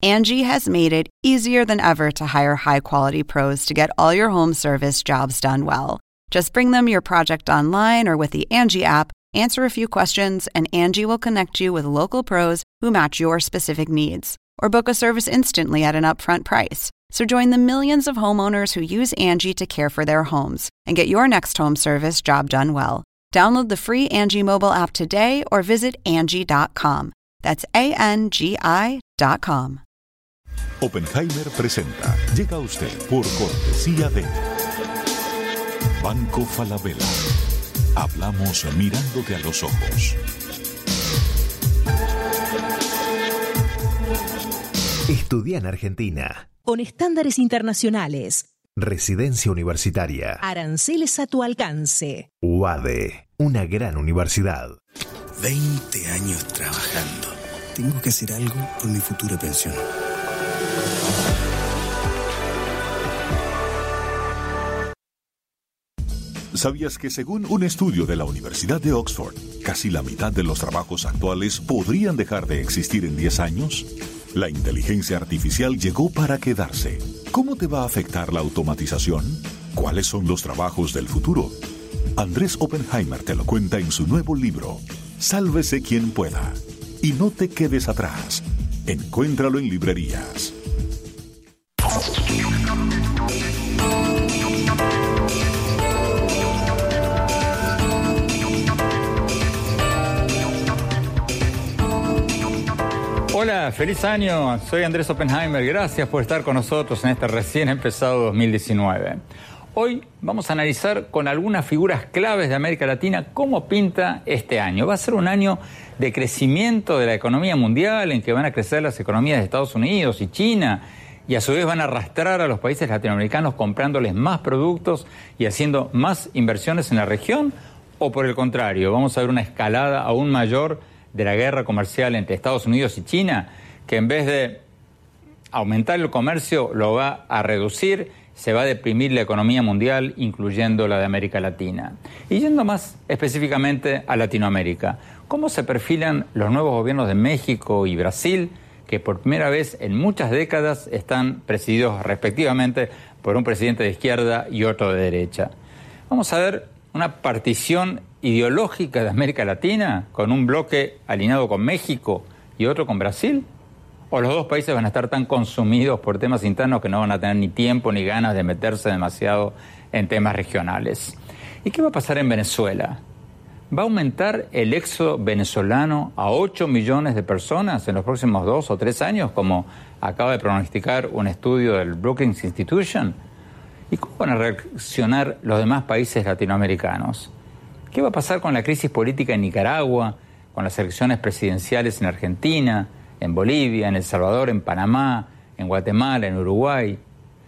Angie has made it easier than ever to hire high-quality pros to get all your home service jobs done well. Just bring them your project online or with the Angie app, answer a few questions, and Angie will connect you with local pros who match your specific needs. Or book a service instantly at an upfront price. So join the millions of homeowners who use Angie to care for their homes and get your next home service job done well. Download the free Angie mobile app today or visit Angie.com. That's ANGI.com. Oppenheimer presenta. Llega a usted por cortesía de Banco Falabella. Hablamos mirándote a los ojos. Estudia en Argentina. Con estándares internacionales. Residencia universitaria. Aranceles a tu alcance. UADE, una gran universidad. 20 años trabajando. Tengo que hacer algo por mi futura pensión. ¿Sabías que según un estudio de la Universidad de Oxford, casi la mitad de los trabajos actuales podrían dejar de existir en 10 años? La inteligencia artificial llegó para quedarse. ¿Cómo te va a afectar la automatización? ¿Cuáles son los trabajos del futuro? Andrés Oppenheimer te lo cuenta en su nuevo libro, Sálvese quien pueda. Y no te quedes atrás. Encuéntralo en librerías. Hola, feliz año. Soy Andrés Oppenheimer. Gracias por estar con nosotros en este recién empezado 2019. Hoy vamos a analizar con algunas figuras claves de América Latina cómo pinta este año. Va a ser un año de crecimiento de la economía mundial, en que van a crecer las economías de Estados Unidos y China, y a su vez van a arrastrar a los países latinoamericanos comprándoles más productos y haciendo más inversiones en la región, o por el contrario, vamos a ver una escalada aún mayor de la guerra comercial entre Estados Unidos y China, que en vez de aumentar el comercio lo va a reducir, se va a deprimir la economía mundial, incluyendo la de América Latina. Y yendo más específicamente a Latinoamérica, ¿cómo se perfilan los nuevos gobiernos de México y Brasil, que por primera vez en muchas décadas están presididos respectivamente por un presidente de izquierda y otro de derecha? Vamos a ver una partición ideológica de América Latina, con un bloque alineado con México y otro con Brasil, o los dos países van a estar tan consumidos por temas internos que no van a tener ni tiempo ni ganas de meterse demasiado en temas regionales. ¿Y qué va a pasar en Venezuela? ¿Va a aumentar el éxodo venezolano a 8 millones de personas en los próximos 2 o 3 años, como acaba de pronosticar un estudio del Brookings Institution? ¿Y cómo van a reaccionar los demás países latinoamericanos? ¿Qué va a pasar con la crisis política en Nicaragua, con las elecciones presidenciales en Argentina, en Bolivia, en El Salvador, en Panamá, en Guatemala, en Uruguay?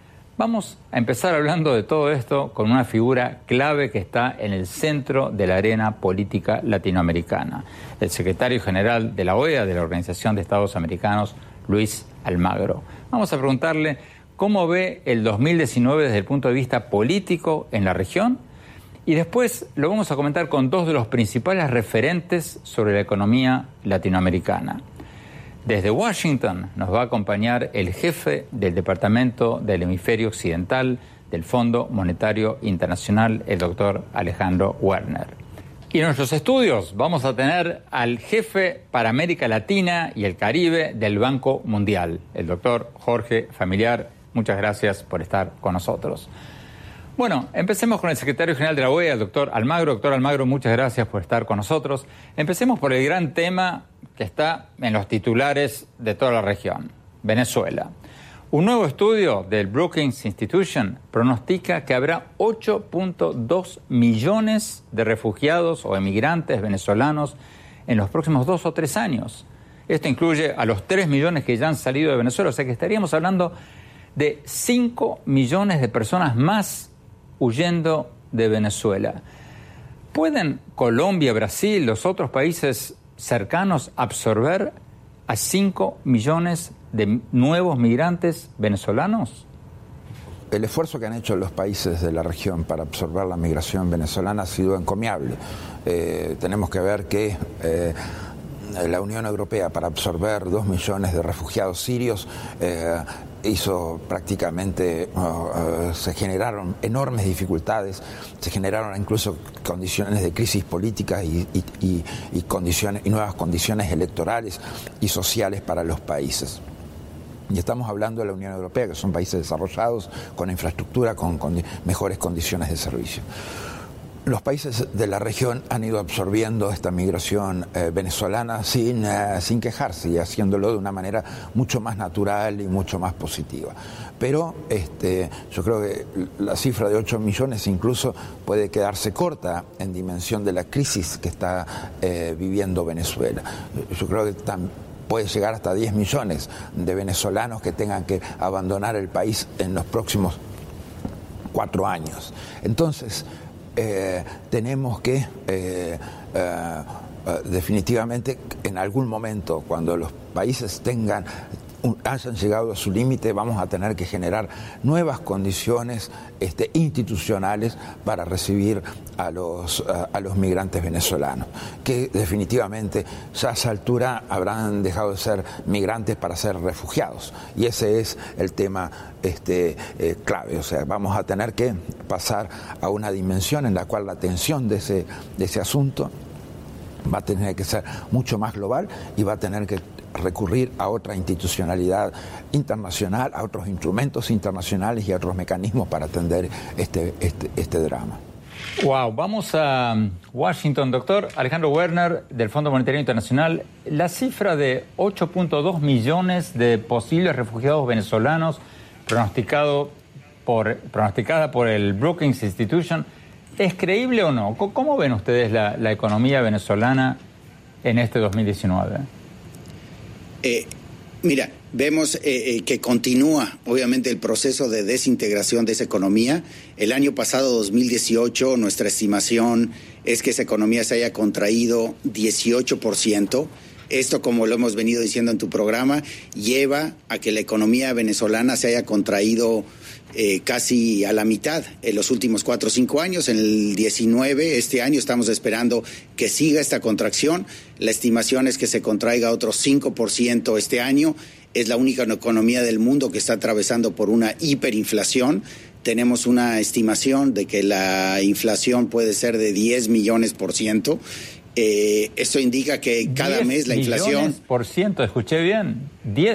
Vamos a empezar hablando de todo esto con una figura clave que está en el centro de la arena política latinoamericana, el secretario general de la OEA, de la Organización de Estados Americanos, Luis Almagro. Vamos a preguntarle cómo ve el 2019 desde el punto de vista político en la región. Y después lo vamos a comentar con dos de los principales referentes sobre la economía latinoamericana. Desde Washington nos va a acompañar el jefe del Departamento del Hemisferio Occidental del Fondo Monetario Internacional, el doctor Alejandro Werner. Y en nuestros estudios vamos a tener al jefe para América Latina y el Caribe del Banco Mundial, el doctor Jorge Familiar. Muchas gracias por estar con nosotros. Bueno, empecemos con el secretario general de la OEA, el doctor Almagro. Doctor Almagro, muchas gracias por estar con nosotros. Empecemos por el gran tema que está en los titulares de toda la región, Venezuela. Un nuevo estudio del Brookings Institution pronostica que habrá 8.2 millones de refugiados o emigrantes venezolanos en los próximos 2 o 3 años. Esto incluye a los 3 millones que ya han salido de Venezuela, o sea que estaríamos hablando de 5 millones de personas más huyendo de Venezuela. ¿Pueden Colombia, Brasil, los otros países cercanos absorber a 5 millones de nuevos migrantes venezolanos? El esfuerzo que han hecho los países de la región para absorber la migración venezolana ha sido encomiable. Tenemos que ver que la Unión Europea para absorber 2 millones de refugiados sirios hizo prácticamente, se generaron enormes dificultades, se generaron incluso condiciones de crisis política y nuevas condiciones electorales y sociales para los países. Y estamos hablando de la Unión Europea, que son países desarrollados, con infraestructura, con mejores condiciones de servicio. Los países de la región han ido absorbiendo esta migración venezolana sin quejarse y haciéndolo de una manera mucho más natural y mucho más positiva. Pero yo creo que la cifra de 8 millones incluso puede quedarse corta en dimensión de la crisis que está viviendo Venezuela. Yo creo que puede llegar hasta 10 millones de venezolanos que tengan que abandonar el país en los próximos 4 años. Entonces, tenemos que definitivamente en algún momento, cuando los países hayan llegado a su límite, vamos a tener que generar nuevas condiciones institucionales para recibir a los migrantes venezolanos, que definitivamente ya a esa altura habrán dejado de ser migrantes para ser refugiados, y ese es el tema clave. O sea, vamos a tener que pasar a una dimensión en la cual la atención de ese asunto va a tener que ser mucho más global y va a tener que recurrir a otra institucionalidad internacional, a otros instrumentos internacionales y a otros mecanismos para atender este drama. Wow, vamos a Washington, doctor Alejandro Werner, del Fondo Monetario Internacional. La cifra de 8.2 millones de posibles refugiados venezolanos pronosticada por el Brookings Institution, ¿es creíble o no? ¿Cómo ven ustedes la economía venezolana en este 2019? Mira, vemos que continúa obviamente el proceso de desintegración de esa economía. El año pasado, 2018, nuestra estimación es que esa economía se haya contraído 18%. Esto, como lo hemos venido diciendo en tu programa, lleva a que la economía venezolana se haya contraído casi a la mitad en los últimos 4 o 5 años. En el 19, este año, estamos esperando que siga esta contracción. La estimación es que se contraiga otro 5% este año. Es la única economía del mundo que está atravesando por una hiperinflación. Tenemos una estimación de que la inflación puede ser de 10 millones %. Esto indica que cada mes la inflación... 10%, escuché bien.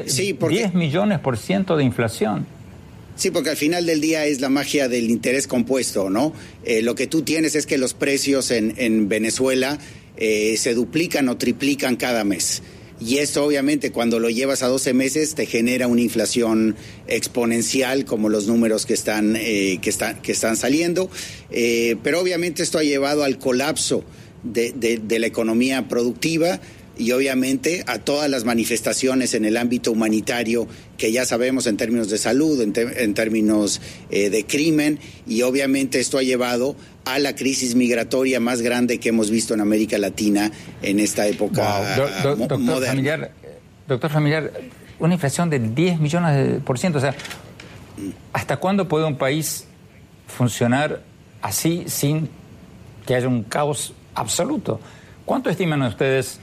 10 millones % de inflación. Sí, porque al final del día es la magia del interés compuesto, ¿no? Lo que tú tienes es que los precios en Venezuela se duplican o triplican cada mes. Y esto obviamente cuando lo llevas a 12 meses te genera una inflación exponencial, como los números que están saliendo. Pero obviamente esto ha llevado al colapso de la economía productiva y obviamente a todas las manifestaciones en el ámbito humanitario que ya sabemos en términos de salud, en términos de crimen, y obviamente esto ha llevado a la crisis migratoria más grande que hemos visto en América Latina en esta época moderna. Doctor Familiar, una inflación de 10 millones de %, o sea, ¿hasta cuándo puede un país funcionar así sin que haya un caos absoluto? ¿Cuánto estiman ustedes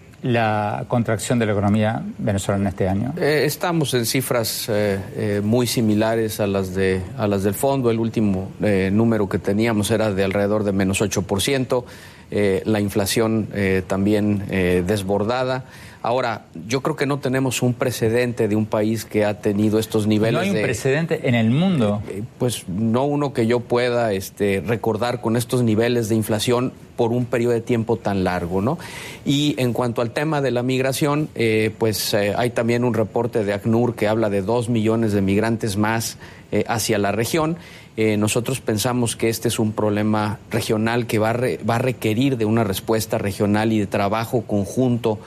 la contracción de la economía venezolana este año? Estamos en cifras muy similares a las del fondo. El último número que teníamos era de alrededor de menos 8%. La inflación también desbordada. Ahora, yo creo que no tenemos un precedente de un país que ha tenido estos niveles. ¿No hay un precedente en el mundo? Pues no uno que yo pueda recordar con estos niveles de inflación por un periodo de tiempo tan largo, ¿no? Y en cuanto al tema de la migración, hay también un reporte de ACNUR que habla de 2 millones de migrantes más hacia la región. Nosotros pensamos que este es un problema regional que va a requerir de una respuesta regional y de trabajo conjunto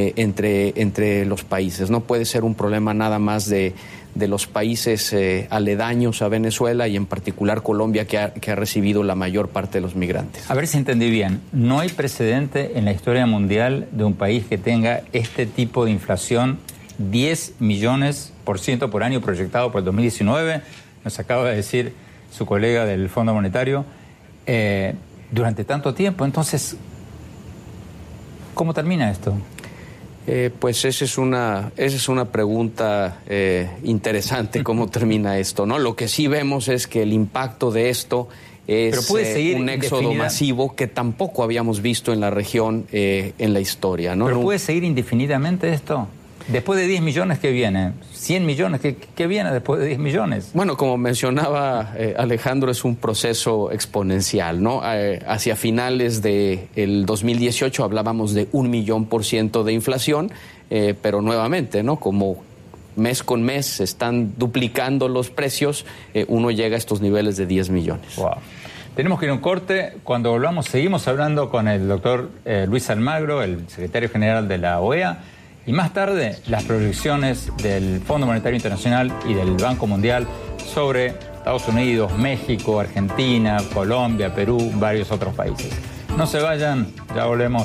entre los países. No puede ser un problema nada más de los países aledaños a Venezuela y en particular Colombia, que ha recibido la mayor parte de los migrantes. A ver si entendí bien. No hay precedente en la historia mundial de un país que tenga este tipo de inflación, 10 millones % por año proyectado por el 2019. Nos acaba de decir su colega del Fondo Monetario, durante tanto tiempo. Entonces, ¿cómo termina esto? Pues esa es una pregunta interesante, cómo termina esto, ¿no? Lo que sí vemos es que el impacto de esto es un éxodo masivo que tampoco habíamos visto en la región en la historia, ¿no? ¿Pero puede seguir indefinidamente esto? Después de 10 millones, ¿qué viene? 100 millones, ¿qué viene después de 10 millones? Bueno, como mencionaba Alejandro, es un proceso exponencial, ¿no? Hacia finales del 2018 hablábamos de 1,000,000% de inflación, pero nuevamente, ¿no? Como mes con mes se están duplicando los precios, uno llega a estos niveles de 10 millones. Wow. Tenemos que ir a un corte. Cuando volvamos, seguimos hablando con el doctor Luis Almagro, el secretario general de la OEA, y más tarde las proyecciones del Fondo Monetario Internacional y del Banco Mundial sobre Estados Unidos, México, Argentina, Colombia, Perú, varios otros países. No se vayan, ya volvemos.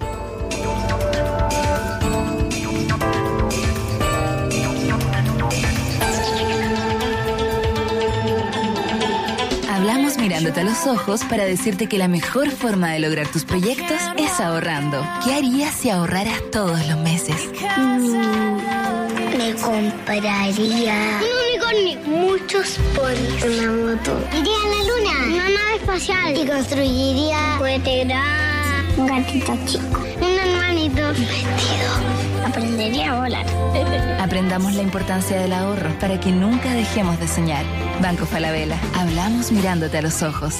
Hablamos mirándote a los ojos para decirte que la mejor forma de lograr tus proyectos es ahorrando. ¿Qué harías si ahorraras todos los meses? Me compraría un unicornio, muchos ponis, una moto. Iría a la luna, una nave espacial y construiría un cohete grande, un gatito chico, un hermanito, un vestido. Aprendería a volar. Aprendamos la importancia del ahorro para que nunca dejemos de soñar. Banco Falabella. Hablamos mirándote a los ojos.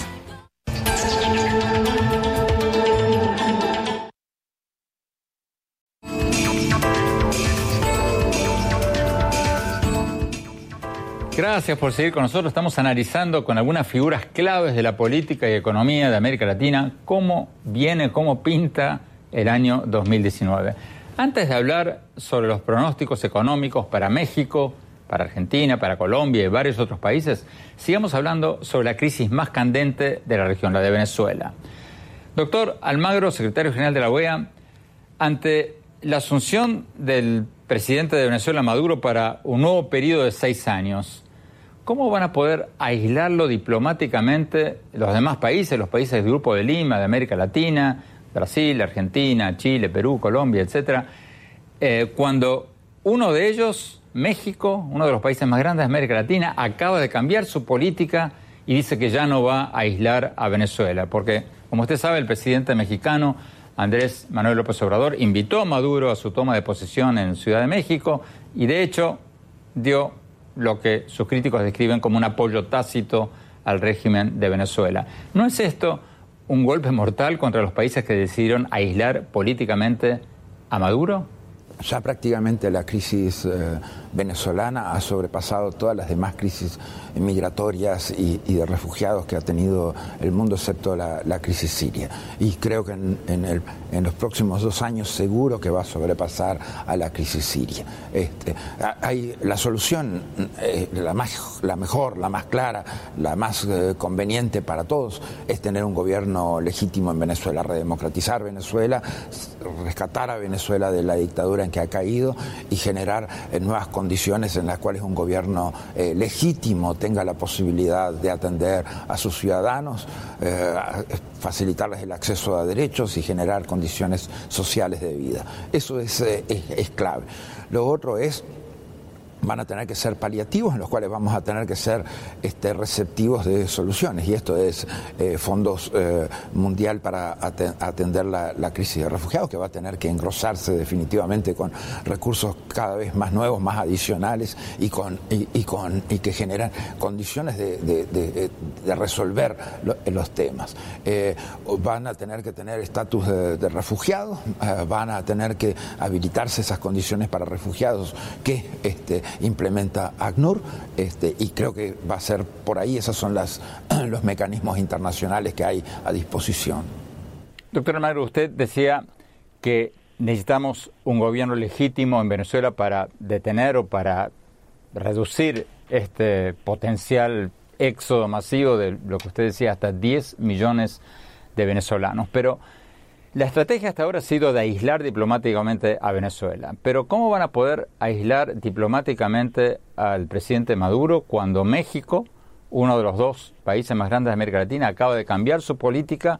Gracias por seguir con nosotros. Estamos analizando con algunas figuras claves de la política y economía de América Latina cómo pinta el año 2019. Antes de hablar sobre los pronósticos económicos para México, para Argentina, para Colombia y varios otros países, sigamos hablando sobre la crisis más candente de la región, la de Venezuela. Doctor Almagro, secretario general de la OEA, ante la asunción del presidente de Venezuela, Maduro, para un nuevo periodo de 6 años, ¿cómo van a poder aislarlo diplomáticamente los demás países, los países del Grupo de Lima, de América Latina, Brasil, Argentina, Chile, Perú, Colombia, etcétera, cuando uno de ellos, México, uno de los países más grandes de América Latina, acaba de cambiar su política y dice que ya no va a aislar a Venezuela? Porque, como usted sabe, el presidente mexicano, Andrés Manuel López Obrador, invitó a Maduro a su toma de posesión en Ciudad de México y, de hecho, dio lo que sus críticos describen como un apoyo tácito al régimen de Venezuela. ¿No es esto un golpe mortal contra los países que decidieron aislar políticamente a Maduro? Ya prácticamente la crisis venezolana ha sobrepasado todas las demás crisis migratorias y de refugiados que ha tenido el mundo, excepto la crisis siria. Y creo que en los próximos 2 años seguro que va a sobrepasar a la crisis siria. La solución, la mejor, la más clara, la más conveniente para todos, es tener un gobierno legítimo en Venezuela, redemocratizar Venezuela, rescatar a Venezuela de la dictadura en que ha caído y generar nuevas condiciones en las cuales un gobierno legítimo tenga la posibilidad de atender a sus ciudadanos, facilitarles el acceso a derechos y generar condiciones sociales de vida. Eso es clave. Lo otro es, van a tener que ser paliativos, en los cuales vamos a tener que ser receptivos de soluciones, y esto es fondos mundial para atender la crisis de refugiados, que va a tener que engrosarse definitivamente con recursos cada vez más nuevos, más adicionales y que generan condiciones de resolver los temas. Van a tener que tener estatus de refugiados, van a tener que habilitarse esas condiciones para refugiados que implementa ACNUR, y creo que va a ser por ahí. Esos son los mecanismos internacionales que hay a disposición. Doctor Almagro, usted decía que necesitamos un gobierno legítimo en Venezuela para detener o para reducir este potencial éxodo masivo de lo que usted decía, hasta 10 millones de venezolanos. Pero la estrategia hasta ahora ha sido de aislar diplomáticamente a Venezuela. Pero ¿cómo van a poder aislar diplomáticamente al presidente Maduro cuando México, uno de los 2 países más grandes de América Latina, acaba de cambiar su política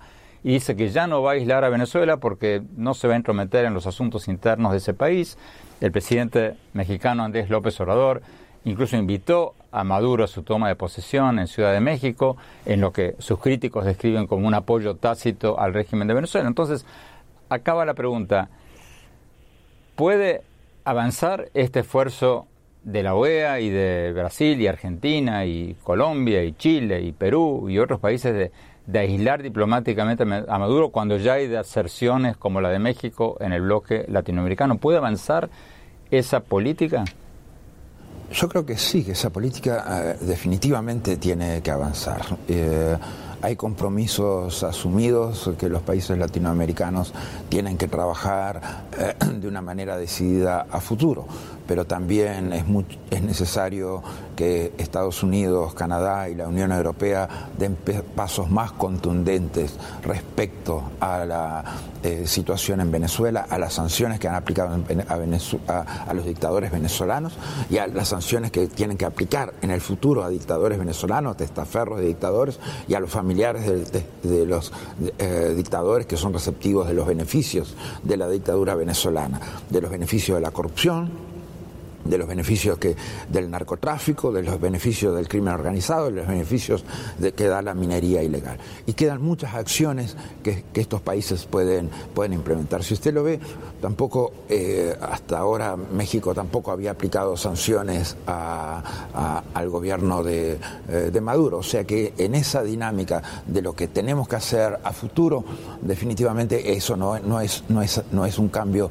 y dice que ya no va a aislar a Venezuela porque no se va a entrometer en los asuntos internos de ese país. El presidente mexicano Andrés López Obrador incluso invitó a Maduro a su toma de posesión en Ciudad de México, en lo que sus críticos describen como un apoyo tácito al régimen de Venezuela. Entonces, acaba la pregunta, ¿puede avanzar este esfuerzo de la OEA y de Brasil y Argentina y Colombia y Chile y Perú y otros países de aislar diplomáticamente a Maduro cuando ya hay deserciones como la de México en el bloque latinoamericano? ¿Puede avanzar esa política? Yo creo que sí, que esa política definitivamente tiene que avanzar. Hay compromisos asumidos que los países latinoamericanos tienen que trabajar de una manera decidida a futuro, pero también es necesario que Estados Unidos, Canadá y la Unión Europea den pasos más contundentes respecto a la situación en Venezuela, a las sanciones que han aplicado a los dictadores venezolanos y a las sanciones que tienen que aplicar en el futuro a dictadores venezolanos, testaferros de dictadores y a los familiares de los dictadores que son receptivos de los beneficios de la dictadura venezolana, de los beneficios de la corrupción, de los beneficios del narcotráfico, de los beneficios del crimen organizado, de los beneficios que da la minería ilegal. Y quedan muchas acciones que estos países pueden implementar. Si usted lo ve, tampoco hasta ahora México tampoco había aplicado sanciones al gobierno de Maduro. O sea que en esa dinámica de lo que tenemos que hacer a futuro, definitivamente eso no es un cambio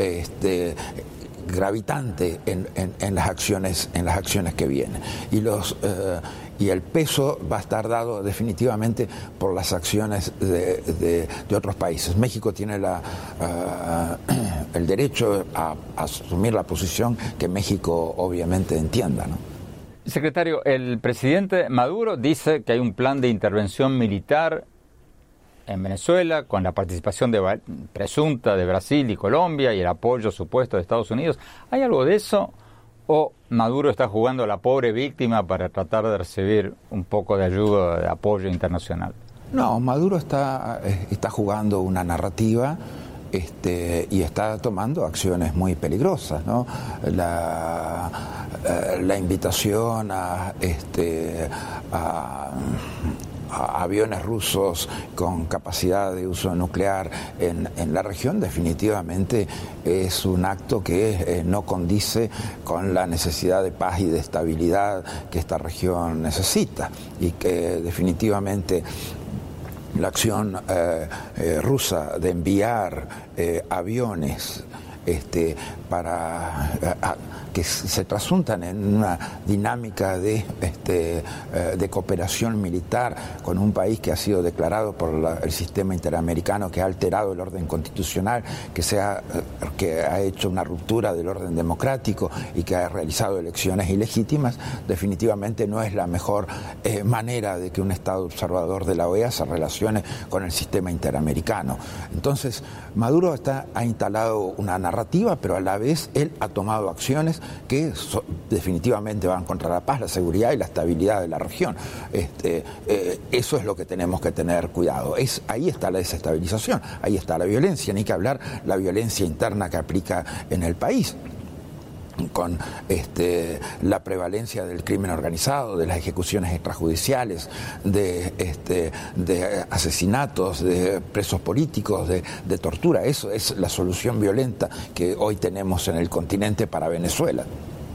gravitante en las acciones que vienen, y el peso va a estar dado definitivamente por las acciones de otros países. México tiene el derecho a asumir la posición que México obviamente entienda, ¿no? Secretario, el presidente Maduro dice que hay un plan de intervención militar en Venezuela, con la participación presunta de Brasil y Colombia y el apoyo supuesto de Estados Unidos. ¿Hay algo de eso o Maduro está jugando a la pobre víctima para tratar de recibir un poco de ayuda, de apoyo internacional? No, Maduro está jugando una narrativa y está tomando acciones muy peligrosas, ¿no? La invitación a aviones rusos con capacidad de uso nuclear en la región definitivamente es un acto que no condice con la necesidad de paz y de estabilidad que esta región necesita, y que definitivamente la acción rusa de enviar aviones para que se trasuntan en una dinámica de cooperación militar con un país que ha sido declarado por el sistema interamericano, que ha alterado el orden constitucional, que ha hecho una ruptura del orden democrático y que ha realizado elecciones ilegítimas, definitivamente no es la mejor manera de que un Estado observador de la OEA se relacione con el sistema interamericano. Entonces, Maduro ha instalado una narrativa, pero a la vez él ha tomado acciones que definitivamente van contra la paz, la seguridad y la estabilidad de la región. Eso es lo que tenemos que tener cuidado. Ahí está la desestabilización, ahí está la violencia, ni que hablar la violencia interna que aplica en el país, con la prevalencia del crimen organizado, de las ejecuciones extrajudiciales, de asesinatos, de presos políticos, de tortura. Eso es la solución violenta que hoy tenemos en el continente para Venezuela.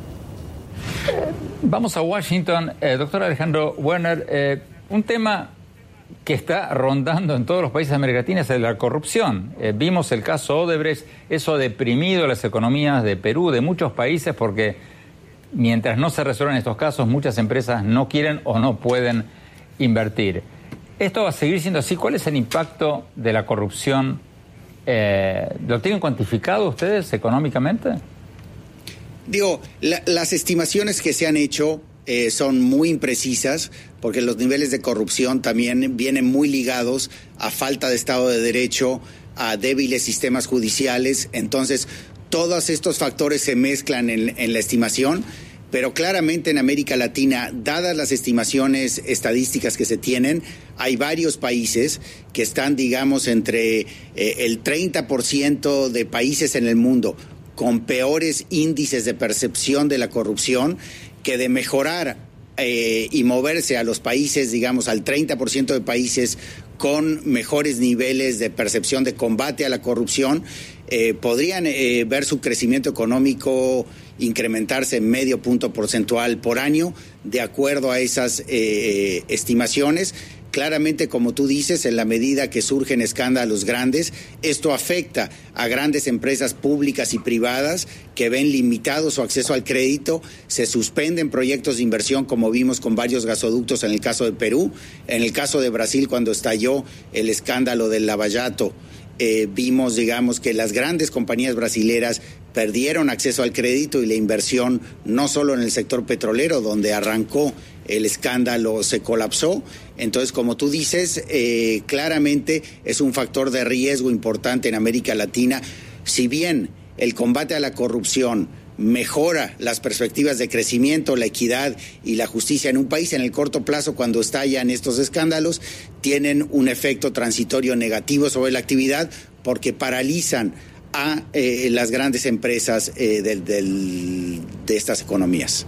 Vamos a Washington. Doctor Alejandro Werner, un tema que está rondando en todos los países de América Latina es la corrupción. Vimos el caso Odebrecht, eso ha deprimido las economías de Perú, de muchos países, porque mientras no se resuelvan estos casos, muchas empresas no quieren o no pueden invertir. ¿Esto va a seguir siendo así? ¿Cuál es el impacto de la corrupción? ¿Lo tienen cuantificado ustedes económicamente? Las estimaciones que se han hecho son muy imprecisas, porque los niveles de corrupción también vienen muy ligados a falta de Estado de Derecho, a débiles sistemas judiciales. Entonces, todos estos factores se mezclan en la estimación, Pero claramente en América Latina, dadas las estimaciones estadísticas que se tienen, hay varios países que están, digamos, entre el 30% de países en el mundo con peores índices de percepción de la corrupción, que de mejorar y moverse a los países, digamos, al 30% de países con mejores niveles de percepción de combate a la corrupción, podrían ver su crecimiento económico incrementarse en medio punto porcentual por año, de acuerdo a esas estimaciones. Claramente, como tú dices, en la medida que surgen escándalos grandes, esto afecta a grandes empresas públicas y privadas que ven limitado su acceso al crédito, se suspenden proyectos de inversión, como vimos con varios gasoductos en el caso de Perú. En el caso de Brasil, cuando estalló el escándalo del Lava Jato, vimos, digamos, que las grandes compañías brasileras perdieron acceso al crédito y la inversión, no solo en el sector petrolero, donde arrancó el escándalo, se colapsó. Entonces, como tú dices, claramente es un factor de riesgo importante en América Latina. Si bien el combate a la corrupción mejora las perspectivas de crecimiento, la equidad y la justicia en un país, en el corto plazo, cuando estallan estos escándalos, tienen un efecto transitorio negativo sobre la actividad, porque paralizan a las grandes empresas de estas economías.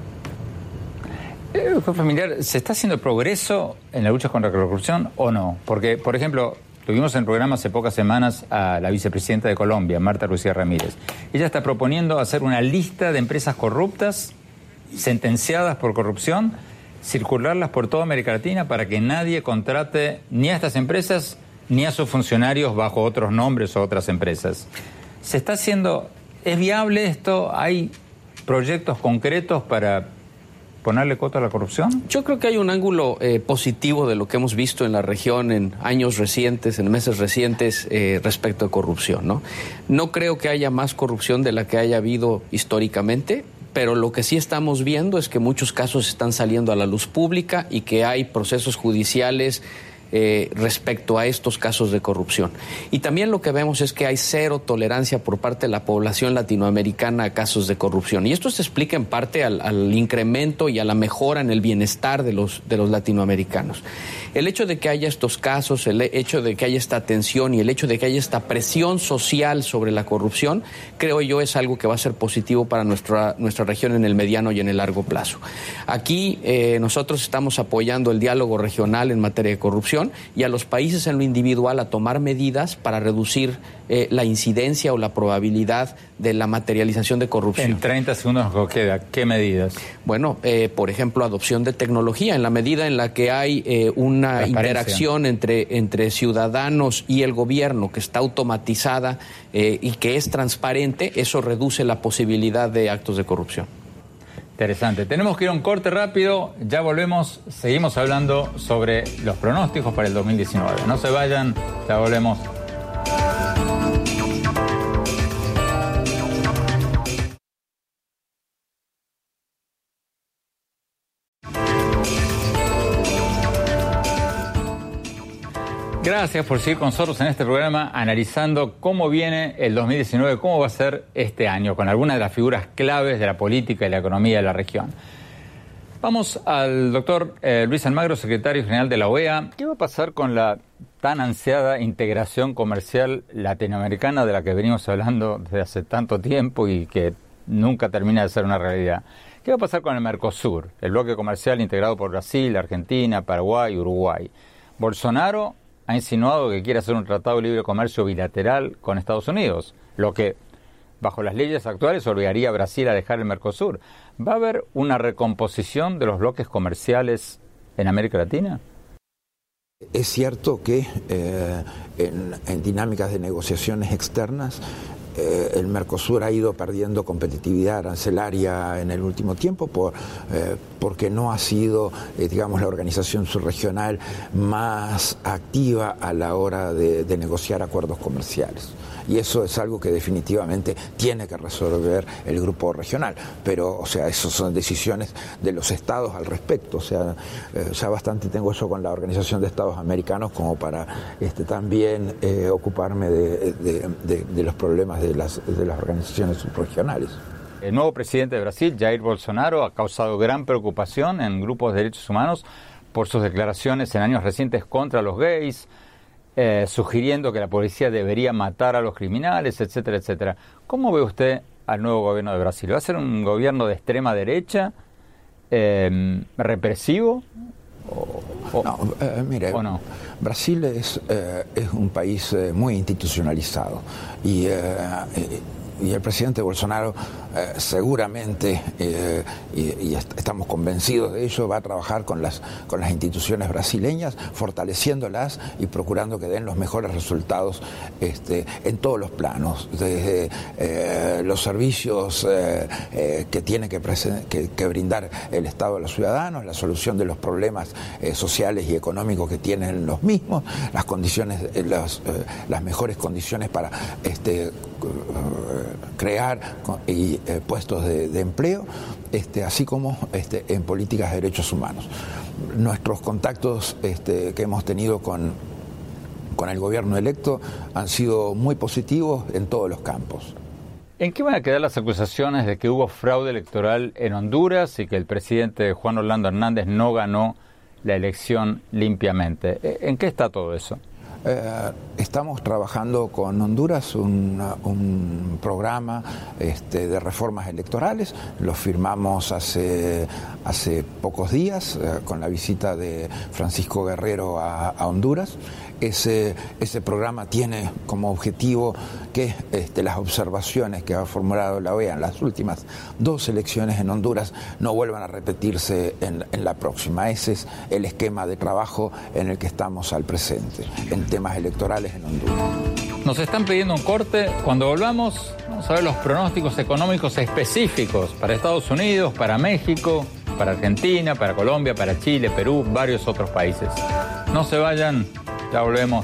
Familiar, ¿se está haciendo progreso en la lucha contra la corrupción o no? Porque, por ejemplo, tuvimos en el programa hace pocas semanas a la vicepresidenta de Colombia, Marta Lucía Ramírez. Ella está proponiendo hacer una lista de empresas corruptas, sentenciadas por corrupción, circularlas por toda América Latina para que nadie contrate ni a estas empresas ni a sus funcionarios bajo otros nombres o otras empresas. ¿Se está haciendo, es viable esto? ¿Hay proyectos concretos para ponerle coto a la corrupción? Yo creo que hay un ángulo positivo de lo que hemos visto en la región en años recientes, en meses recientes, respecto a corrupción, ¿no? No creo que haya más corrupción de la que haya habido históricamente, pero lo que sí estamos viendo es que muchos casos están saliendo a la luz pública y que hay procesos judiciales respecto a estos casos de corrupción. Y también lo que vemos es que hay cero tolerancia por parte de la población latinoamericana a casos de corrupción. Y esto se explica en parte al incremento y a la mejora en el bienestar de los latinoamericanos. El hecho de que haya estos casos, el hecho de que haya esta atención y el hecho de que haya esta presión social sobre la corrupción, creo yo es algo que va a ser positivo para nuestra región en el mediano y en el largo plazo. Aquí nosotros estamos apoyando el diálogo regional en materia de corrupción y a los países en lo individual a tomar medidas para reducir la incidencia o la probabilidad de la materialización de corrupción. En 30 segundos nos queda, ¿qué medidas? Bueno, por ejemplo, adopción de tecnología. En la medida en la que hay una interacción entre ciudadanos y el gobierno que está automatizada y que es transparente, eso reduce la posibilidad de actos de corrupción. Interesante. Tenemos que ir a un corte rápido, ya volvemos, seguimos hablando sobre los pronósticos para el 2019. No se vayan, ya volvemos. Gracias por seguir con nosotros en este programa analizando cómo viene el 2019, cómo va a ser este año, con algunas de las figuras claves de la política y la economía de la región. Vamos al doctor Luis Almagro, secretario general de la OEA. ¿Qué va a pasar con la tan ansiada integración comercial latinoamericana de la que venimos hablando desde hace tanto tiempo y que nunca termina de ser una realidad? ¿Qué va a pasar con el Mercosur, el bloque comercial integrado por Brasil, Argentina, Paraguay y Uruguay? Bolsonaro ha insinuado que quiere hacer un tratado de libre comercio bilateral con Estados Unidos, lo que, bajo las leyes actuales, obligaría a Brasil a dejar el Mercosur. ¿Va a haber una recomposición de los bloques comerciales en América Latina? Es cierto que en dinámicas de negociaciones externas el Mercosur ha ido perdiendo competitividad arancelaria en el último tiempo porque no ha sido, digamos, la organización subregional más activa a la hora de negociar acuerdos comerciales. Y eso es algo que definitivamente tiene que resolver el grupo regional. Pero, o sea, eso son decisiones de los estados al respecto. O sea, ya bastante tengo eso con la Organización de Estados Americanos como para también ocuparme de los problemas de las organizaciones subregionales. El nuevo presidente de Brasil, Jair Bolsonaro, ha causado gran preocupación en grupos de derechos humanos por sus declaraciones en años recientes contra los gays, sugiriendo que la policía debería matar a los criminales, etcétera, etcétera. ¿Cómo ve usted al nuevo gobierno de Brasil? ¿Va a ser un gobierno de extrema derecha, represivo? Mire, ¿o no? Brasil es un país muy institucionalizado y el presidente Bolsonaro seguramente, y estamos convencidos de ello, va a trabajar con las instituciones brasileñas, fortaleciéndolas y procurando que den los mejores resultados en todos los planos, desde los servicios que tiene que brindar el Estado a los ciudadanos, la solución de los problemas sociales y económicos que tienen los mismos, las condiciones, las mejores condiciones para crear puestos de empleo, así como en políticas de derechos humanos. Nuestros contactos que hemos tenido con el gobierno electo han sido muy positivos en todos los campos. ¿En qué van a quedar las acusaciones de que hubo fraude electoral en Honduras y que el presidente Juan Orlando Hernández no ganó la elección limpiamente? ¿En qué está todo eso? Estamos trabajando con Honduras un programa de reformas electorales. Lo firmamos hace pocos días con la visita de Francisco Guerrero a Honduras. Ese programa tiene como objetivo que las observaciones que ha formulado la OEA en las últimas 2 elecciones en Honduras no vuelvan a repetirse en la próxima. Ese es el esquema de trabajo en el que estamos al presente, en temas electorales en Honduras. Nos están pidiendo un corte. Cuando volvamos, vamos a ver los pronósticos económicos específicos para Estados Unidos, para México, para Argentina, para Colombia, para Chile, Perú, varios otros países. No se vayan. Ya volvemos.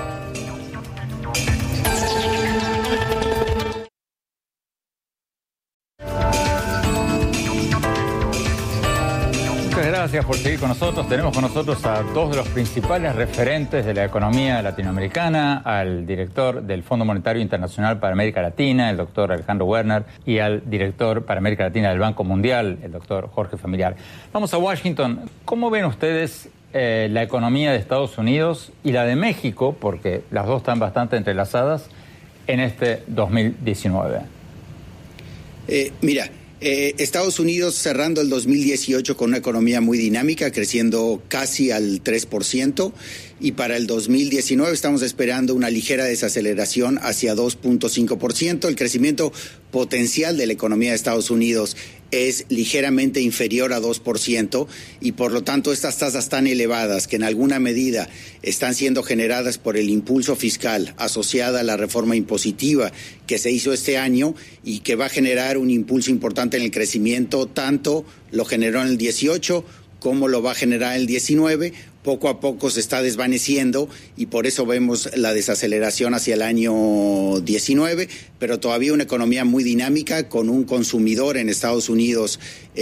Muchas gracias por seguir con nosotros. Tenemos con nosotros a 2 de los principales referentes de la economía latinoamericana, al director del Fondo Monetario Internacional para América Latina, el doctor Alejandro Werner, y al director para América Latina del Banco Mundial, el doctor Jorge Familiar. Vamos a Washington. ¿Cómo ven ustedes la economía de Estados Unidos y la de México, porque las dos están bastante entrelazadas, en este 2019? Estados Unidos cerrando el 2018 con una economía muy dinámica, creciendo casi al 3%, y para el 2019 estamos esperando una ligera desaceleración hacia 2.5%. El crecimiento potencial de la economía de Estados Unidos es ligeramente inferior a 2%, y por lo tanto estas tasas tan elevadas, que en alguna medida están siendo generadas por el impulso fiscal asociada a la reforma impositiva que se hizo este año y que va a generar un impulso importante en el crecimiento, tanto lo generó en el 18 como lo va a generar el 19, poco a poco se está desvaneciendo y por eso vemos la desaceleración hacia el año 19, pero todavía una economía muy dinámica, con un consumidor en Estados Unidos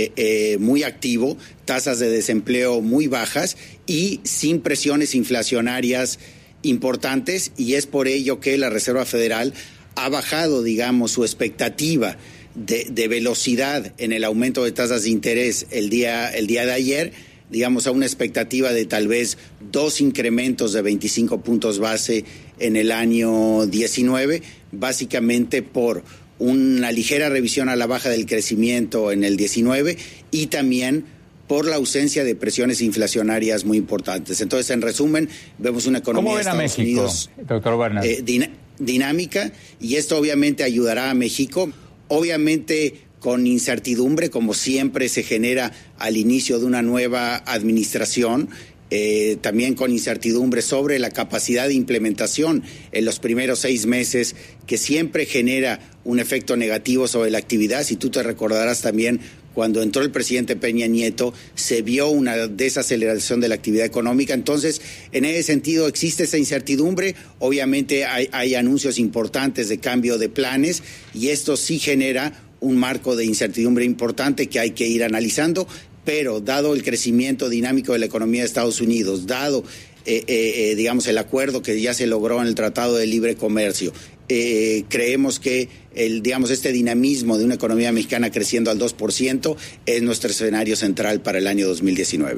muy activo, tasas de desempleo muy bajas y sin presiones inflacionarias importantes, y es por ello que la Reserva Federal ha bajado, digamos, su expectativa de velocidad en el aumento de tasas de interés el día de ayer, digamos, a una expectativa de tal vez 2 incrementos de 25 puntos base en el año 19, básicamente por una ligera revisión a la baja del crecimiento en el 19 y también por la ausencia de presiones inflacionarias muy importantes. Entonces, en resumen, vemos una economía de Estados Unidos, doctor Werner, dinámica, y esto obviamente ayudará a México. Obviamente con incertidumbre, como siempre se genera al inicio de una nueva administración, también con incertidumbre sobre la capacidad de implementación en los primeros 6 meses, que siempre genera un efecto negativo sobre la actividad. Si tú te recordarás también, cuando entró el presidente Peña Nieto, se vio una desaceleración de la actividad económica. Entonces, en ese sentido, existe esa incertidumbre. Obviamente hay anuncios importantes de cambio de planes, y esto sí genera un marco de incertidumbre importante que hay que ir analizando, pero dado el crecimiento dinámico de la economía de Estados Unidos, dado digamos, el acuerdo que ya se logró en el Tratado de Libre Comercio creemos que este dinamismo de una economía mexicana creciendo al 2% es nuestro escenario central para el año 2019.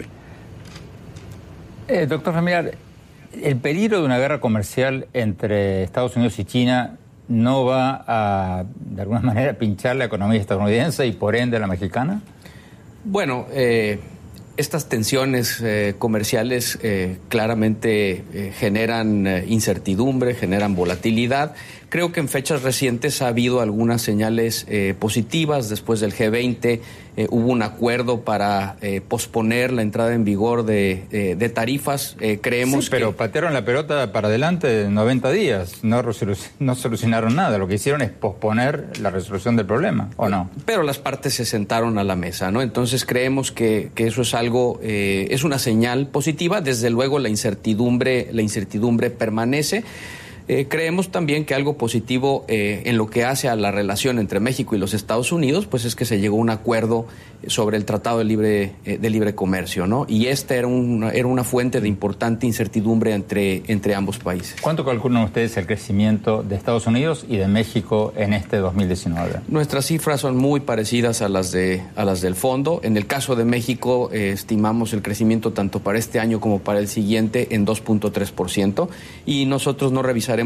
Doctor Familiar, ¿el peligro de una guerra comercial entre Estados Unidos y China no va a, de alguna manera, pinchar la economía estadounidense y por ende la mexicana? Bueno, estas tensiones comerciales claramente generan incertidumbre, generan volatilidad. Creo que en fechas recientes ha habido algunas señales positivas. Después del G20 hubo un acuerdo para posponer la entrada en vigor de tarifas. Creemos pero patearon la pelota para adelante 90 días. No solucionaron nada. Lo que hicieron es posponer la resolución del problema, ¿o no? Pero las partes se sentaron a la mesa, ¿no? Entonces creemos que eso es algo, es una señal positiva. Desde luego la incertidumbre permanece. Creemos también que algo positivo en lo que hace a la relación entre México y los Estados Unidos, pues es que se llegó a un acuerdo sobre el Tratado de Libre Comercio, ¿no? Y esta era una fuente de importante incertidumbre entre ambos países. ¿Cuánto calculan ustedes el crecimiento de Estados Unidos y de México en este 2019? Nuestras cifras son muy parecidas a las del fondo. En el caso de México, estimamos el crecimiento tanto para este año como para el siguiente en 2.3%, y nosotros no revisaremos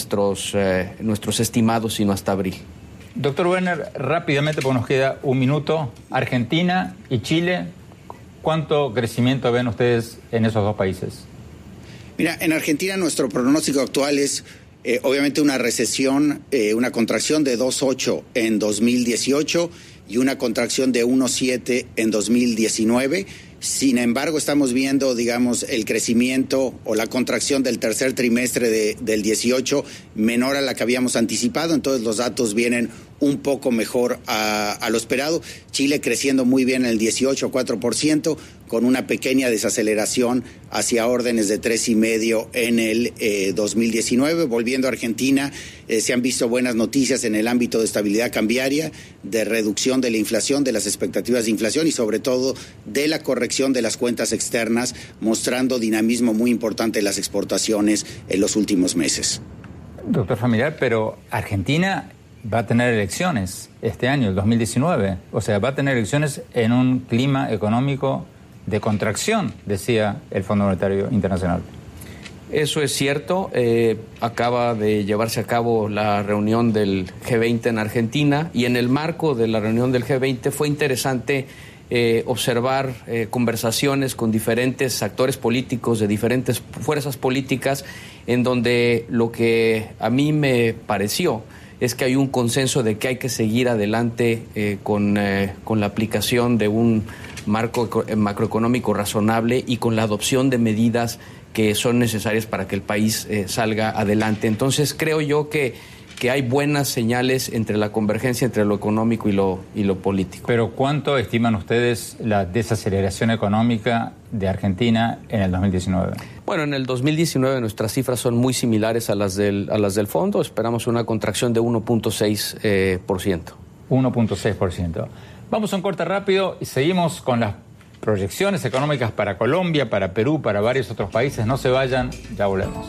nuestros estimados sino hasta abril. Doctor Werner, rápidamente, porque nos queda un minuto, Argentina y Chile, ¿cuánto crecimiento ven ustedes en esos dos países? Mira, en Argentina nuestro pronóstico actual es obviamente una recesión, una contracción de 2.8 en 2018 y una contracción de 1.7 en 2019. Sin embargo, estamos viendo, el crecimiento o la contracción del tercer trimestre del 18 menor a la que habíamos anticipado, entonces los datos vienen un poco mejor a lo esperado. Chile creciendo muy bien en el 18, 4%, con una pequeña desaceleración hacia órdenes de 3,5 en el 2019. Volviendo a Argentina, se han visto buenas noticias en el ámbito de estabilidad cambiaria, de reducción de la inflación, de las expectativas de inflación y sobre todo de la corrección de las cuentas externas, mostrando dinamismo muy importante en las exportaciones en los últimos meses. Doctor Familiar, pero Argentina va a tener elecciones este año, el 2019. O sea, va a tener elecciones en un clima económico de contracción, decía el Fondo Monetario Internacional. Eso es cierto. Acaba de llevarse a cabo la reunión del G20 en Argentina, y en el marco de la reunión del G20 fue interesante observar conversaciones con diferentes actores políticos de diferentes fuerzas políticas, en donde lo que a mí me pareció es que hay un consenso de que hay que seguir adelante con la aplicación de un marco macroeconómico razonable y con la adopción de medidas que son necesarias para que el país salga adelante. Entonces creo yo que hay buenas señales entre la convergencia entre lo económico y lo político. Pero ¿cuánto estiman ustedes la desaceleración económica de Argentina en el 2019? Bueno, en el 2019 nuestras cifras son muy similares a las del fondo. Esperamos una contracción de 1.6%. 1.6%. Vamos a un corte rápido y seguimos con las proyecciones económicas para Colombia, para Perú, para varios otros países. No se vayan, ya volvemos.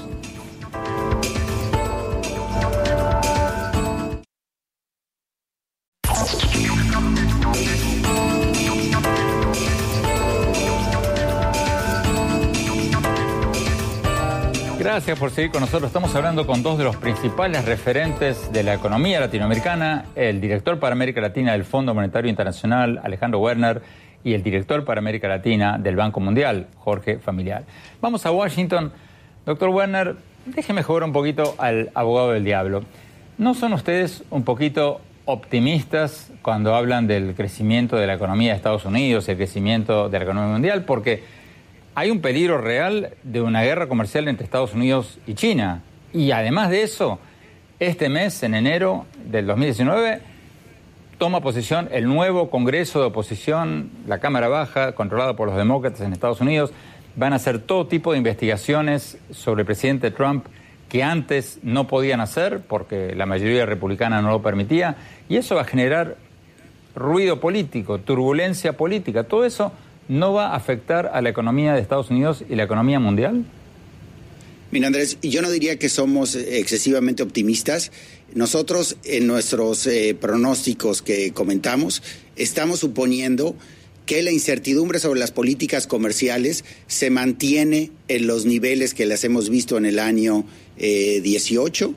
Gracias por seguir con nosotros. Estamos hablando con dos de los principales referentes de la economía latinoamericana, el director para América Latina del Fondo Monetario Internacional, Alejandro Werner, y el director para América Latina del Banco Mundial, Jorge Familiar. Vamos a Washington. Doctor Werner, déjeme jugar un poquito al abogado del diablo. ¿No son ustedes un poquito optimistas cuando hablan del crecimiento de la economía de Estados Unidos, el crecimiento de la economía mundial? Porque hay un peligro real de una guerra comercial entre Estados Unidos y China. Y además de eso, este mes, en enero del 2019, toma posesión el nuevo Congreso de Oposición, la Cámara Baja, controlada por los demócratas en Estados Unidos. Van a hacer todo tipo de investigaciones sobre el presidente Trump que antes no podían hacer porque la mayoría republicana no lo permitía. Y eso va a generar ruido político, turbulencia política. Todo eso ¿no va a afectar a la economía de Estados Unidos y la economía mundial? Mira, Andrés, yo no diría que somos excesivamente optimistas. Nosotros, en nuestros pronósticos que comentamos, estamos suponiendo que la incertidumbre sobre las políticas comerciales se mantiene en los niveles que las hemos visto en el año 18.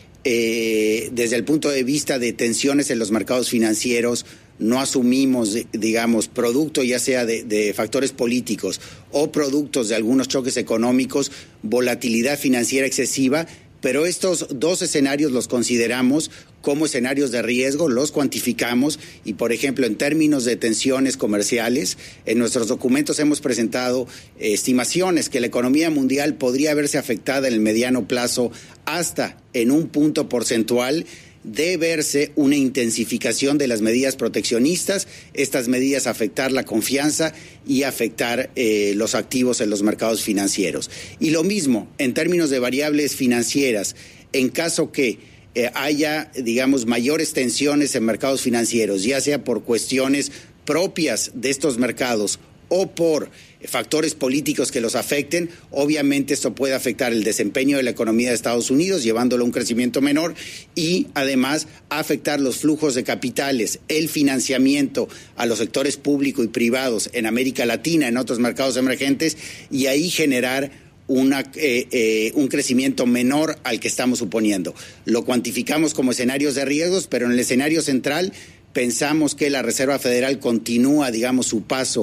Desde el punto de vista de tensiones en los mercados financieros, no asumimos, digamos, producto ya sea de factores políticos o productos de algunos choques económicos, volatilidad financiera excesiva, pero estos dos escenarios los consideramos como escenarios de riesgo, los cuantificamos y, por ejemplo, en términos de tensiones comerciales, en nuestros documentos hemos presentado estimaciones que la economía mundial podría verse afectada en el mediano plazo hasta en un punto porcentual de verse una intensificación de las medidas proteccionistas, estas medidas afectar la confianza y afectar los activos en los mercados financieros. Y lo mismo en términos de variables financieras, en caso que haya, digamos, mayores tensiones en mercados financieros, ya sea por cuestiones propias de estos mercados o por factores políticos que los afecten, obviamente esto puede afectar el desempeño de la economía de Estados Unidos, llevándolo a un crecimiento menor y además afectar los flujos de capitales, el financiamiento a los sectores público y privados en América Latina, en otros mercados emergentes, y ahí generar un crecimiento menor al que estamos suponiendo. Lo cuantificamos como escenarios de riesgos, pero en el escenario central pensamos que la Reserva Federal continúa, digamos, su paso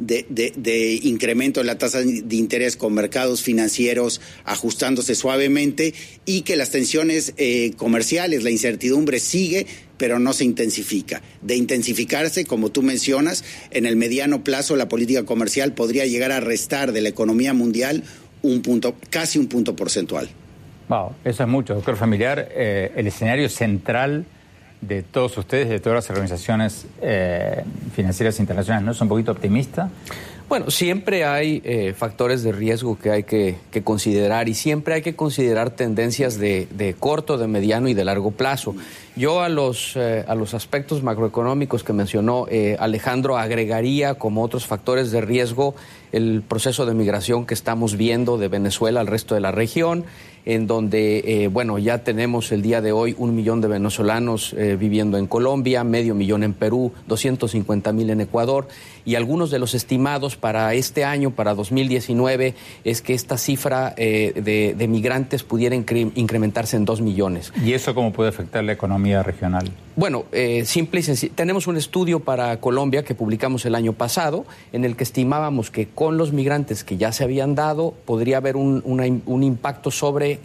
de incremento de la tasa de interés con mercados financieros ajustándose suavemente y que las tensiones comerciales, la incertidumbre sigue, pero no se intensifica. De intensificarse, como tú mencionas, en el mediano plazo la política comercial podría llegar a restar de la economía mundial casi un punto porcentual. Wow, eso es mucho, doctor Familiar. El escenario central de todos ustedes, de todas las organizaciones financieras internacionales, ¿no es un poquito optimista? Bueno, siempre hay factores de riesgo que hay que considerar y siempre hay que considerar tendencias de corto, de mediano y de largo plazo. Yo a los aspectos macroeconómicos que mencionó Alejandro agregaría como otros factores de riesgo el proceso de migración que estamos viendo de Venezuela al resto de la región, en donde, ya tenemos el día de hoy 1 millón de venezolanos viviendo en Colombia, 500,000 en Perú, 250,000 en Ecuador, y algunos de los estimados para este año, para 2019, es que esta cifra de migrantes pudiera incrementarse en 2 millones. ¿Y eso cómo puede afectar la economía regional? Bueno, simple y sencillo. Tenemos un estudio para Colombia que publicamos el año pasado, en el que estimábamos que con los migrantes que ya se habían dado, podría haber un impacto sobre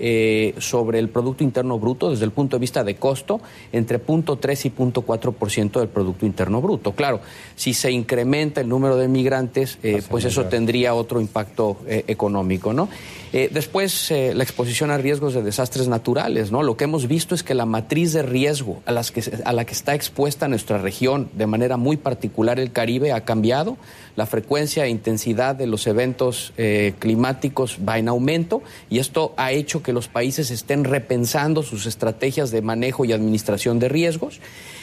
el Producto Interno Bruto, desde el punto de vista de costo, entre 0.3 y 0.4% del Producto Interno Bruto. Claro, si se incrementa el número de migrantes, pues eso tendría otro impacto económico, ¿no? Después, la exposición a riesgos de desastres naturales, ¿no? Lo que hemos visto es que la matriz de riesgo a la que está expuesta nuestra región, de manera muy particular el Caribe, ha cambiado. La frecuencia e intensidad de los eventos climáticos va en aumento y esto ha hecho que los países estén repensando sus estrategias de manejo y administración de riesgos.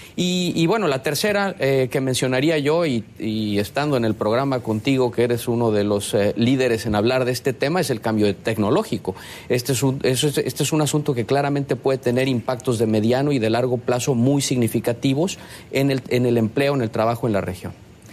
Y bueno, la tercera que mencionaría yo, y estando en el programa contigo, que eres uno de los líderes en hablar de este tema, es el cambio tecnológico. Este es un asunto que claramente puede tener impactos de mediano y de largo plazo muy significativos en el empleo, en el trabajo en la región.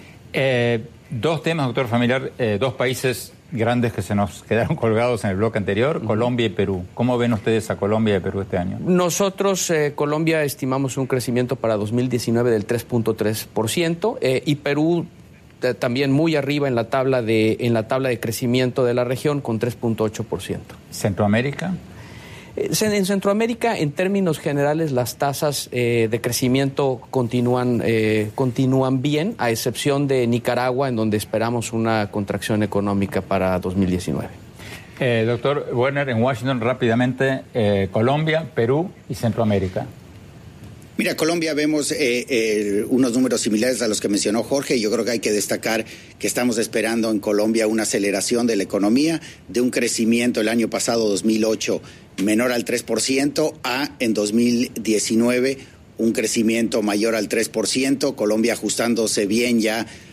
Dos temas, doctor Familiar, dos países grandes que se nos quedaron colgados en el bloque anterior, Colombia y Perú. ¿Cómo ven ustedes a Colombia y Perú este año? Nosotros, Colombia, estimamos un crecimiento para 2019 del 3.3% y Perú también muy arriba en la tabla de crecimiento de la región con 3.8%. ¿Centroamérica? En Centroamérica, en términos generales, las tasas de crecimiento continúan bien, a excepción de Nicaragua, en donde esperamos una contracción económica para 2019. Doctor Werner, en Washington, rápidamente, Colombia, Perú y Centroamérica. Mira, Colombia vemos unos números similares a los que mencionó Jorge. Yo creo que hay que destacar que estamos esperando en Colombia una aceleración de la economía, de un crecimiento el año pasado, 2008, menor al 3%, a en 2019 un crecimiento mayor al 3%, Colombia ajustándose bien ya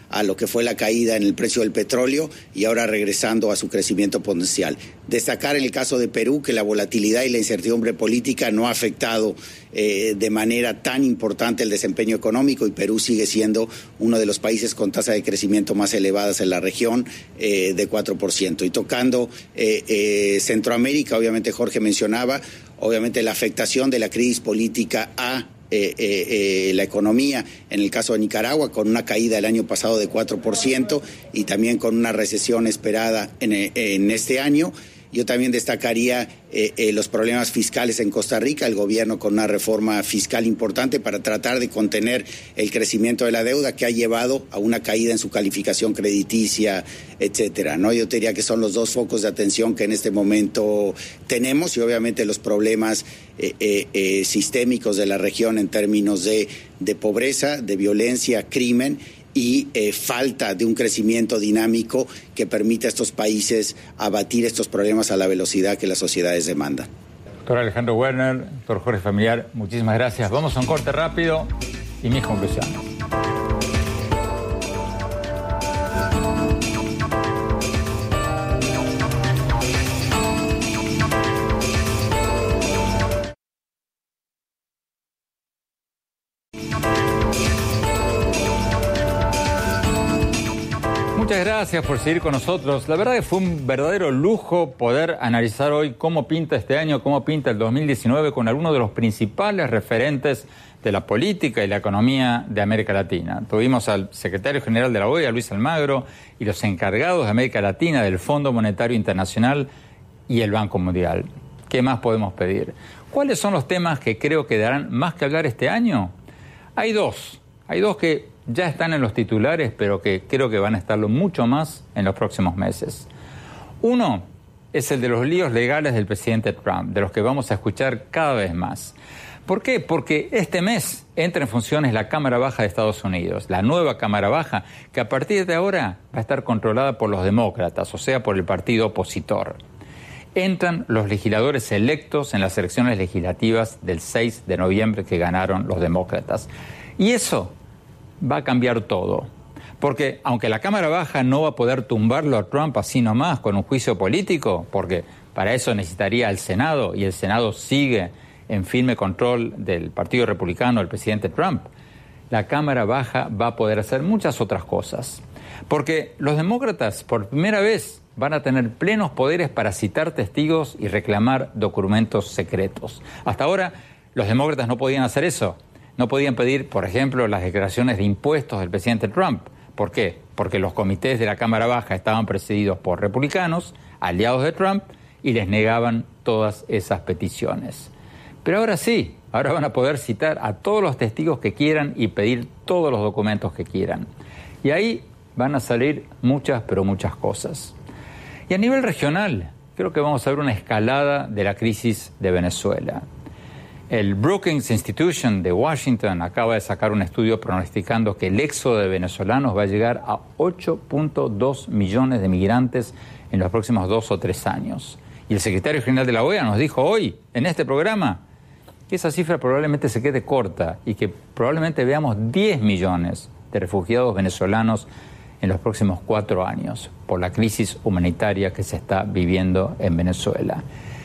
a lo que fue la caída en el precio del petróleo y ahora regresando a su crecimiento potencial. Destacar en el caso de Perú que la volatilidad y la incertidumbre política no ha afectado de manera tan importante el desempeño económico, y Perú sigue siendo uno de los países con tasa de crecimiento más elevadas en la región, de 4%. Y tocando Centroamérica, obviamente Jorge mencionaba, obviamente la afectación de la crisis política a la economía, en el caso de Nicaragua, con una caída el año pasado de 4% y también con una recesión esperada en este año. Yo también destacaría los problemas fiscales en Costa Rica, el gobierno con una reforma fiscal importante para tratar de contener el crecimiento de la deuda que ha llevado a una caída en su calificación crediticia, etcétera, ¿no? Yo diría que son los dos focos de atención que en este momento tenemos, y obviamente los problemas sistémicos de la región en términos de pobreza, de violencia, crimen y falta de un crecimiento dinámico que permita a estos países abatir estos problemas a la velocidad que las sociedades demandan. Doctor Alejandro Werner, doctor Jorge Familiar, muchísimas gracias. Vamos a un corte rápido y mis conclusiones. Muchas gracias por seguir con nosotros. La verdad que fue un verdadero lujo poder analizar hoy cómo pinta este año, cómo pinta el 2019 con algunos de los principales referentes de la política y la economía de América Latina. Tuvimos al secretario general de la OEA, Luis Almagro, y los encargados de América Latina del Fondo Monetario Internacional y el Banco Mundial. ¿Qué más podemos pedir? ¿Cuáles son los temas que creo que darán más que hablar este año? Hay dos que ya están en los titulares, pero que creo que van a estarlo mucho más en los próximos meses. Uno es el de los líos legales del presidente Trump, de los que vamos a escuchar cada vez más. ¿Por qué? Porque este mes entra en funciones la Cámara Baja de Estados Unidos, la nueva Cámara Baja, que a partir de ahora va a estar controlada por los demócratas, o sea, por el partido opositor. Entran los legisladores electos en las elecciones legislativas del 6 de noviembre que ganaron los demócratas. Y eso va a cambiar todo, porque aunque la Cámara Baja no va a poder tumbarlo a Trump así nomás con un juicio político, porque para eso necesitaría el Senado, y el Senado sigue en firme control del Partido Republicano, del presidente Trump, la Cámara Baja va a poder hacer muchas otras cosas, porque los demócratas por primera vez van a tener plenos poderes para citar testigos y reclamar documentos secretos. Hasta ahora los demócratas no podían hacer eso. No podían pedir, por ejemplo, las declaraciones de impuestos del presidente Trump. ¿Por qué? Porque los comités de la Cámara Baja estaban presididos por republicanos, aliados de Trump, y les negaban todas esas peticiones. Pero ahora sí, ahora van a poder citar a todos los testigos que quieran y pedir todos los documentos que quieran. Y ahí van a salir muchas, pero muchas cosas. Y a nivel regional, creo que vamos a ver una escalada de la crisis de Venezuela. El Brookings Institution de Washington acaba de sacar un estudio pronosticando que el éxodo de venezolanos va a llegar a 8.2 millones de migrantes en los próximos 2 o 3 años. Y el secretario general de la OEA nos dijo hoy, en este programa, que esa cifra probablemente se quede corta y que probablemente veamos 10 millones de refugiados venezolanos en los próximos 4 años por la crisis humanitaria que se está viviendo en Venezuela.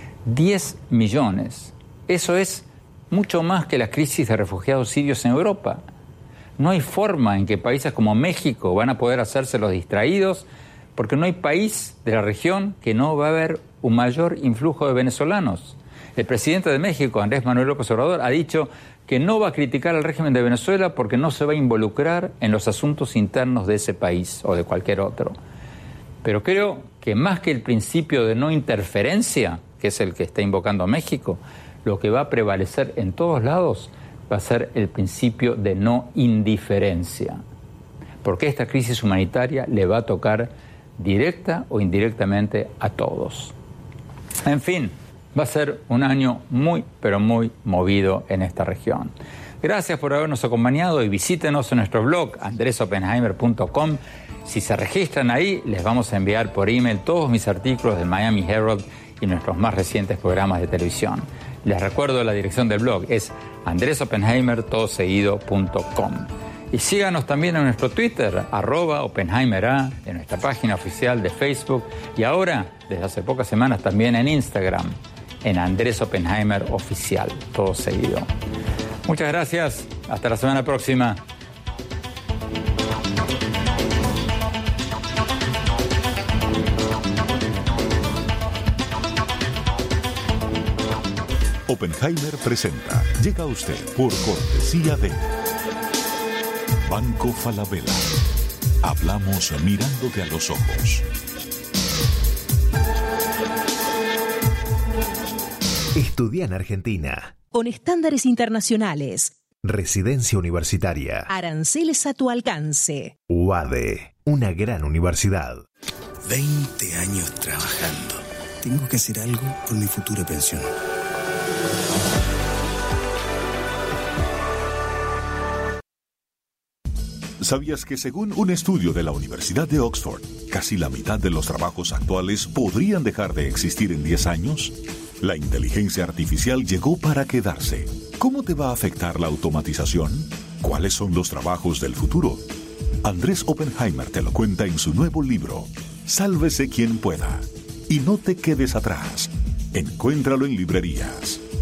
10 millones. Eso es mucho más que la crisis de refugiados sirios en Europa. No hay forma en que países como México van a poder hacerse los distraídos, porque no hay país de la región que no va a haber un mayor influjo de venezolanos. El presidente de México, Andrés Manuel López Obrador, ha dicho que no va a criticar al régimen de Venezuela porque no se va a involucrar en los asuntos internos de ese país o de cualquier otro. Pero creo que más que el principio de no interferencia, que es el que está invocando México, lo que va a prevalecer en todos lados va a ser el principio de no indiferencia, porque esta crisis humanitaria le va a tocar directa o indirectamente a todos. En fin, va a ser un año muy, pero muy movido en esta región. Gracias por habernos acompañado y visítenos en nuestro blog andresopenheimer.com. Si se registran ahí, les vamos a enviar por email todos mis artículos del Miami Herald y nuestros más recientes programas de televisión. Les recuerdo la dirección del blog, es andresopenheimer.com. Y síganos también en nuestro Twitter, @OppenheimerA, en nuestra página oficial de Facebook y ahora, desde hace pocas semanas, también en Instagram, en Andrés Oppenheimer Oficial, todo seguido. Muchas gracias, hasta la semana próxima. Oppenheimer presenta. Llega a usted por cortesía de Banco Falabella. Hablamos mirándote a los ojos. Estudia en Argentina. Con estándares internacionales. Residencia universitaria. Aranceles a tu alcance. UADE, una gran universidad. 20 años trabajando. Tengo que hacer algo por mi futura pensión. ¿Sabías que según un estudio de la Universidad de Oxford, casi la mitad de los trabajos actuales podrían dejar de existir en 10 años? La inteligencia artificial llegó para quedarse. ¿Cómo te va a afectar la automatización? ¿Cuáles son los trabajos del futuro? Andrés Oppenheimer te lo cuenta en su nuevo libro, Sálvese quien pueda. Y no te quedes atrás. Encuéntralo en librerías.